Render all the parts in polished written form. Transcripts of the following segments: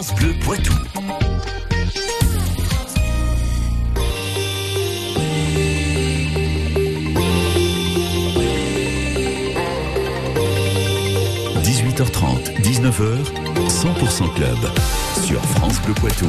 France Bleu Poitou. – 18h30, 19h, 100% Club sur France Bleu Poitou.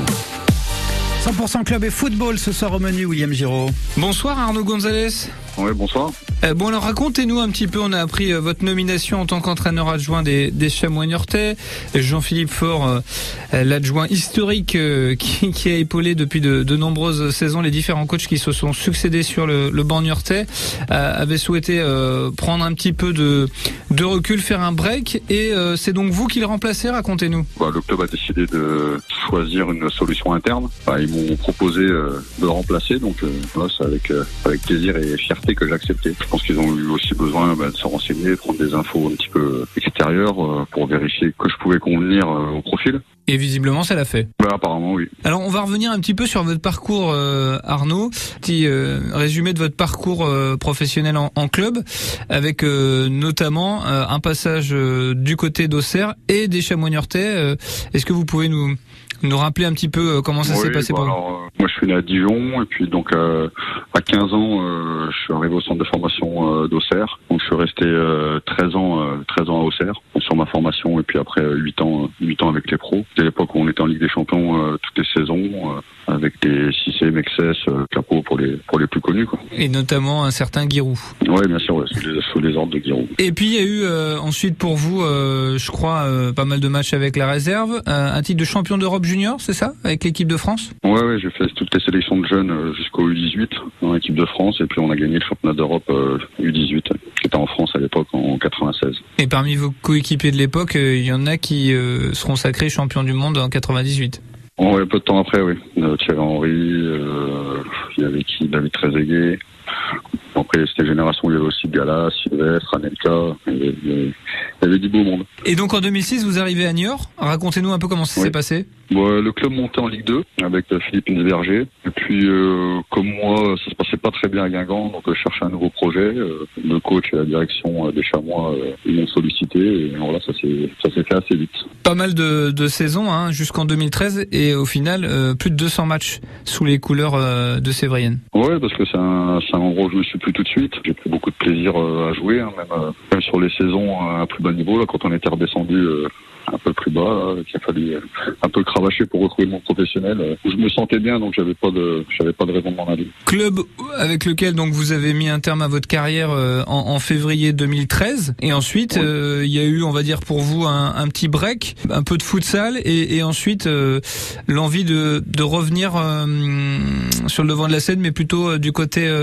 100% Club et football ce soir au menu, William Giraud. Bonsoir Arnaud Gonzalez. Oui, bonsoir. Bon alors racontez-nous un petit peu, on a appris votre nomination en tant qu'entraîneur adjoint des Chamois niortais. Jean-Philippe Faure, l'adjoint historique qui a épaulé depuis de nombreuses saisons les différents coachs qui se sont succédés sur le banc niortais, avait souhaité prendre un petit peu de recul, faire un break et c'est donc vous qui le remplacez, racontez-nous. Le club a décidé de choisir une solution interne. Ils m'ont proposé de le remplacer, donc c'est avec plaisir et fierté que j'ai accepté. Je pense qu'ils ont eu aussi besoin de se renseigner, prendre des infos un petit peu extérieures pour vérifier que je pouvais convenir au profil. Et visiblement, ça l'a fait. Apparemment, oui. Alors, on va revenir un petit peu sur votre parcours, Arnaud. Petit résumé de votre parcours professionnel en club, avec notamment un passage du côté d'Auxerre et des Chamois niortais. Est-ce que vous pouvez nous rappeler un petit peu comment ça s'est passé pour vous? Moi, je suis né à Dijon, et puis donc à 15 ans, je suis arrivé au centre de formation d'Auxerre. Donc, je suis resté 13 ans à Auxerre sur ma formation, et puis après 8 ans avec les pros. C'était l'époque où on était en Ligue des Champions toutes les saisons, avec des Cissé, Mexès, Capot pour les plus connus, quoi. Et notamment un certain Giroud. Oui, bien sûr, ouais, sous les ordres de Giroud. Et puis il y a eu ensuite pour vous, je crois, pas mal de matchs avec la réserve, un titre de champion d'Europe junior, c'est ça, avec l'équipe de France? Ouais, j'ai fait toutes les sélections de jeunes jusqu'au U18 dans l'équipe de France, et puis on a gagné le championnat d'Europe U18, qui était en France à l'époque en 96. Et parmi vos coéquipiers de l'époque, il y en a qui seront sacrés champions du monde en 98. Ouais, peu de temps après, oui. Thierry Henry, il y avait David Trezeguet. Après, c'était génération, il y avait aussi Gala, Sylvestre, Anelka, il y avait du beau monde. Et donc en 2006, vous arrivez à Niort. Racontez-nous un peu comment ça s'est passé. Le club montait en Ligue 2 avec Philippe Nesberger. Et puis, comme moi, ça se passait pas très bien à Guingamp, donc je cherchais un nouveau projet. Le coach et la direction des Chamois m'ont sollicité, et voilà, ça s'est fait assez vite. Pas mal de saisons, jusqu'en 2013, et au final, plus de 200 matchs sous les couleurs de Sévrienne. Ouais, parce que c'est un endroit où je me suis plu tout de suite. J'ai pris beaucoup de plaisir à jouer, même sur les saisons à plus bas niveau, là, quand on était redescendu un peu plus bas, qu'il a fallu un peu cravacher pour retrouver mon professionnel, où je me sentais bien, donc j'avais pas de raison de m'en aller. Club avec lequel donc vous avez mis un terme à votre carrière en février 2013, et ensuite il y a eu, on va dire pour vous, un petit break, un peu de futsal, et ensuite l'envie de revenir sur le devant de la scène, mais plutôt du côté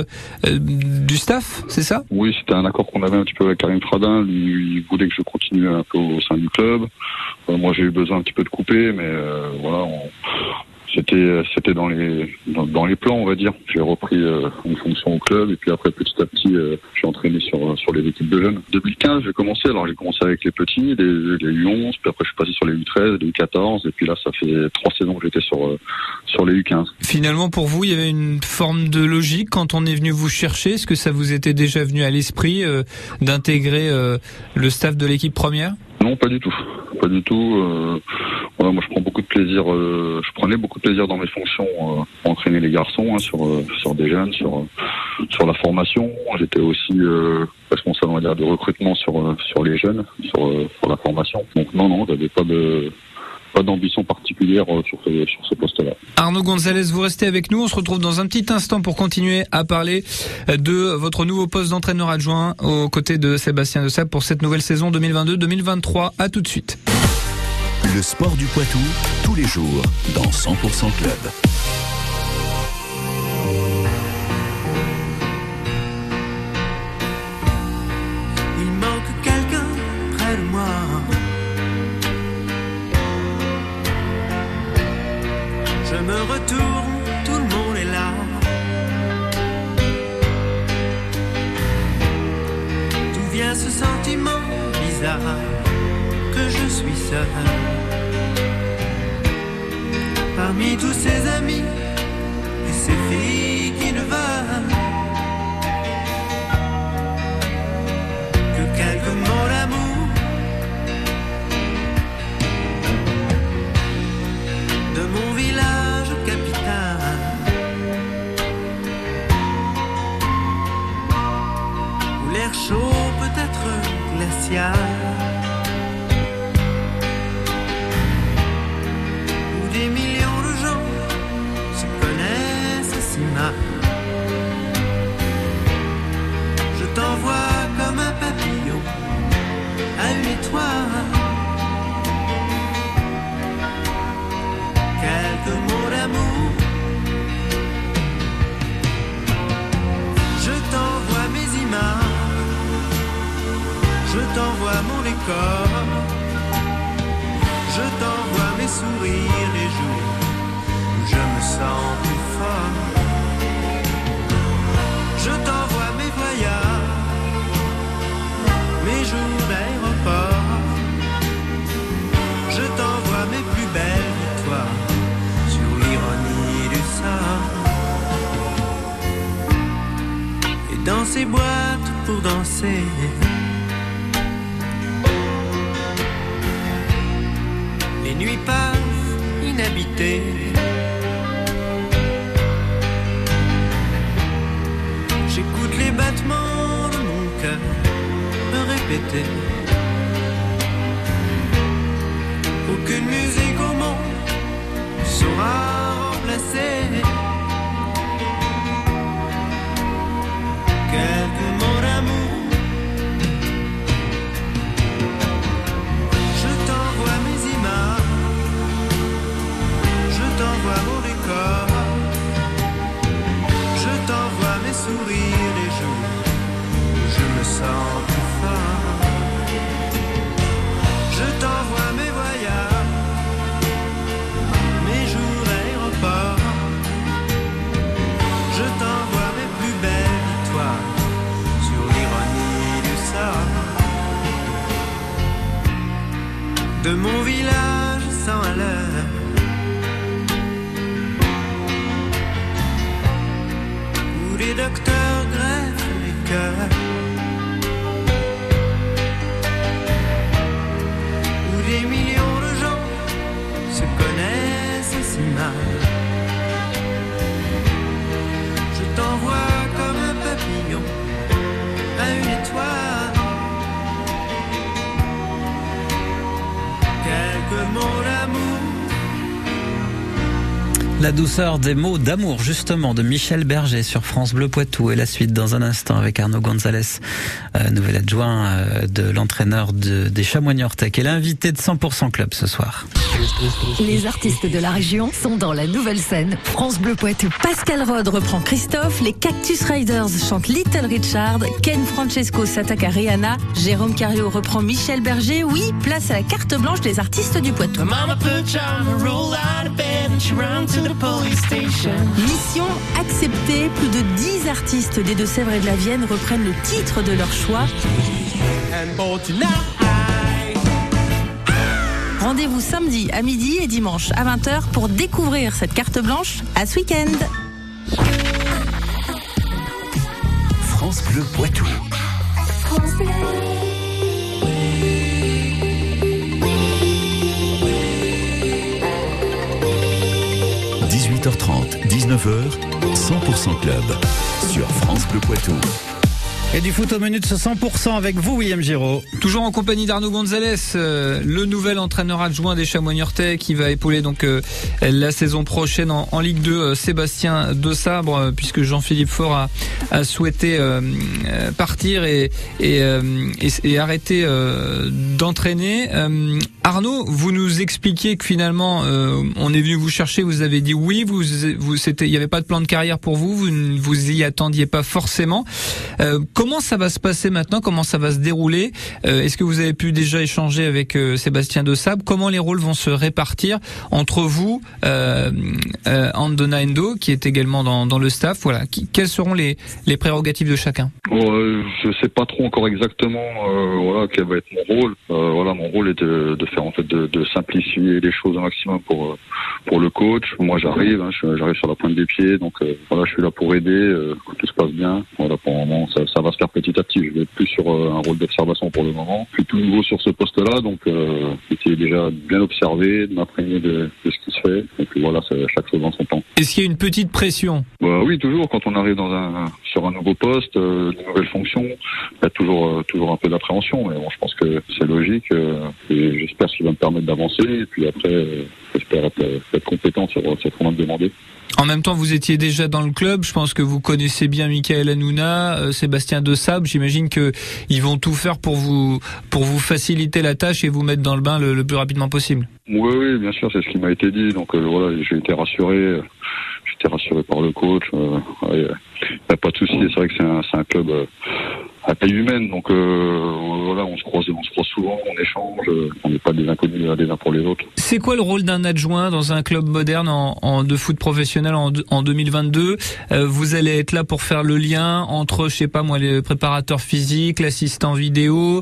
du staff, c'est ça? Oui, c'était un accord qu'on avait un petit peu avec Karim Fradin. Lui, il voulait que je continue un peu au sein du club. Moi, j'ai eu besoin un petit peu de couper, mais voilà, c'était dans les plans, on va dire. J'ai repris une fonction au club, et puis après, petit à petit, j'ai entraîné sur les équipes de jeunes. 2015, j'ai commencé avec les petits, les U11, puis après je suis passé sur les U13, les U14, et puis là, ça fait 3 saisons que j'étais sur les U15. Finalement, pour vous, il y avait une forme de logique quand on est venu vous chercher. Est-ce que ça vous était déjà venu à l'esprit d'intégrer le staff de l'équipe première? Non, pas du tout. Pas du tout. Moi, je prends beaucoup de plaisir. Je prenais beaucoup de plaisir dans mes fonctions à entraîner les garçons sur des jeunes, sur la formation. J'étais aussi responsable, on va dire, de recrutement sur les jeunes, sur la formation. Donc non, j'avais pas d'ambition particulière sur ce poste-là. Arnaud Gonzalez, vous restez avec nous. On se retrouve dans un petit instant pour continuer à parler de votre nouveau poste d'entraîneur adjoint aux côtés de Sébastien Desabre pour cette nouvelle saison 2022-2023. À tout de suite. Le sport du Poitou, tous les jours, dans 100% Club. Il manque quelqu'un près de moi. Je me retourne, tout le monde est là. D'où vient ce sentiment bizarre que je suis seul parmi tous ces amis et ces filles qui ne veulent que quelques mots d'amour. spatiale où des millions de gens se connaissent si mal. Je t'envoie comme un papillon à une étoile, quelques mots d'amour. Je t'envoie mes images, je t'envoie mon décor, je t'envoie mes sourires les jours où je me sens plus fort. Je t'envoie mes voyages, mes jours d'aéroport, je t'envoie mes plus belles victoires sur l'ironie du sort. Et dans ces boîtes pour danser, les nuits passent inhabitées. J'écoute les battements de mon cœur me répéter. Aucune musique au monde ne saura remplacer quelques mots d'amour. Je t'envoie mes images, je t'envoie mon décor, je t'envoie mes sourires les jours où je me sens plus fort. Je t'envoie mes voyages, mes jours d'aéroport, je t'envoie mes plus belles victoires sur l'ironie du sort. De mon village sans à l'heure, où les docteurs greffent les cœurs, où des millions de gens se connaissent si mal. Je t'envoie comme un papillon à une étoile, quelques mots d'amour. La douceur des mots d'amour, justement, de Michel Berger sur France Bleu Poitou. Et la suite dans un instant avec Arnaud Gonzalez, nouvel adjoint de l'entraîneur des Chamois Niortais, qui est l'invité de 100% Club ce soir. Les artistes de la région sont dans la nouvelle scène. France Bleu Poitou. Pascal Rode reprend Christophe, les Cactus Riders chantent Little Richard, Ken Francesco s'attaque à Rihanna, Jérôme Cario reprend Michel Berger. Oui, place à la carte blanche des artistes du Poitou. Mission acceptée, plus de 10 artistes des Deux-Sèvres et de la Vienne reprennent le titre de leur choix. Rendez-vous samedi à midi et dimanche à 20h pour découvrir cette carte blanche à ce week-end. France Bleu Poitou. 18h30, 19h, 100% Club sur France Bleu Poitou. Et du foot au menu de ce 100% avec vous, William Giraud. Toujours en compagnie d'Arnaud Gonzalez, le nouvel entraîneur adjoint des Chamois Niortais qui va épauler donc la saison prochaine en Ligue 2, Sébastien Desabre, puisque Jean-Philippe Faure a souhaité partir et arrêter d'entraîner. Arnaud, vous nous expliquiez que finalement on est venu vous chercher, vous avez dit oui, il n'y avait pas de plan de carrière pour vous, vous ne vous y attendiez pas forcément. Comment ça va se passer maintenant? Comment ça va se dérouler? Est-ce que vous avez pu déjà échanger avec Sébastien Desabre? Comment les rôles vont se répartir entre vous, Andona Endo, qui est également dans le staff? Voilà. Quelles seront les prérogatives de chacun? Je sais pas trop encore exactement quel va être mon rôle. Mon rôle est de faire en fait de simplifier les choses au maximum pour le coach. Moi j'arrive sur la pointe des pieds, donc je suis là pour aider que tout se passe bien. Voilà, pour le moment ça va se faire petit à petit. Je vais être plus sur un rôle d'observation pour le moment. Je suis tout nouveau sur ce poste-là, donc j'étais déjà bien observé, de m'imprégner de ce qui se fait. Donc voilà, chaque chose dans son temps. Est-ce qu'il y a une petite pression? Oui, toujours. Quand on arrive sur un nouveau poste, de nouvelles fonctions, il y a toujours un peu d'appréhension. Mais bon, je pense que c'est logique et j'espère qu'il va me permettre d'avancer. Et puis après, j'espère être compétent sur ce qu'on va me demander. En même temps, vous étiez déjà dans le club. Je pense que vous connaissez bien Michael Hanouna, Sébastien Desabre. J'imagine que ils vont tout faire pour vous faciliter la tâche et vous mettre dans le bain le plus rapidement possible. Oui, bien sûr, c'est ce qui m'a été dit. Donc voilà, j'ai été rassuré. J'étais rassuré par le coach. Il n'y a pas de souci. C'est vrai que c'est un club à taille humaine. Donc voilà, on se croise souvent, on échange. On n'est pas des inconnus les uns pour les autres. C'est quoi le rôle d'un adjoint dans un club moderne de foot professionnel en 2022 ? Vous allez être là pour faire le lien entre, je sais pas moi, les préparateurs physiques, l'assistant vidéo,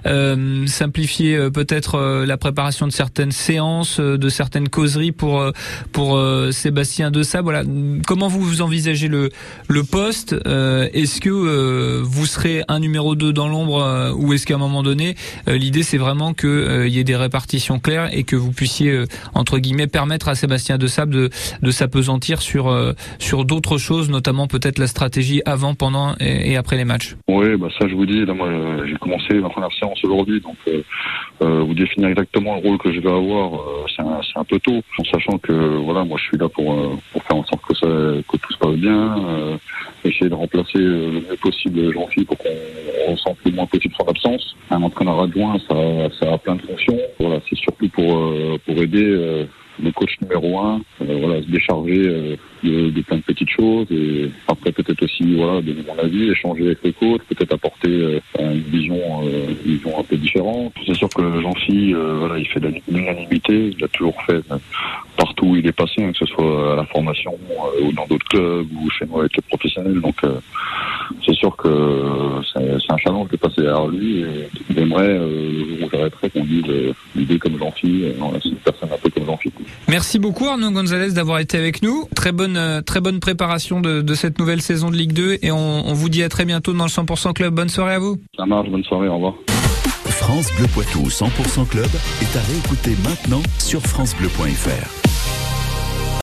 simplifier peut-être la préparation de certaines séances, de certaines causeries pour Sébastien Desabre. Voilà. Comment vous envisagez le poste ? Est-ce que vous serez un numéro 2 dans l'ombre ou est-ce qu'à un moment donné, l'idée c'est vraiment qu'il y ait des répartitions claires et que vous puissiez, entre guillemets, permettre à Sébastien Desabre de s'apesantir sur d'autres choses, notamment peut-être la stratégie avant, pendant et après les matchs. Oui, ça je vous dis, là moi j'ai commencé ma première séance aujourd'hui, donc vous définir exactement le rôle que je vais avoir, c'est un peu tôt, en sachant que voilà, moi je suis là pour faire en sorte que tout se passe bien, essayer de remplacer le mieux possible Jean-Philippe pour qu'on ressente le moins possible son absence. Un entraîneur adjoint, ça a plein de fonctions. Voilà, c'est surtout pour aider le coach numéro 1, se décharger de plein de petites choses et après peut-être aussi donner mon avis, échanger avec le coach, peut-être apporter une vision un peu différente. C'est sûr que Jean-Philippe, il fait de l'unanimité, il l'a toujours fait partout où il est passé, que ce soit à la formation ou dans d'autres clubs ou chez nous avec les professionnels. Donc c'est sûr que c'est un challenge de passer derrière lui et il aimerait, le jour où j'arrêterai, qu'on dise l'idée comme Jean-Philippe, c'est une personne un peu comme Jean-Philippe. Merci beaucoup Arnaud Gonzalez d'avoir été avec nous. Très bonne préparation de cette nouvelle saison de Ligue 2 et on vous dit à très bientôt dans le 100% Club. Bonne soirée à vous. Ça marche, bonne soirée, au revoir. France Bleu Poitou 100% Club est à réécouter maintenant sur francebleu.fr.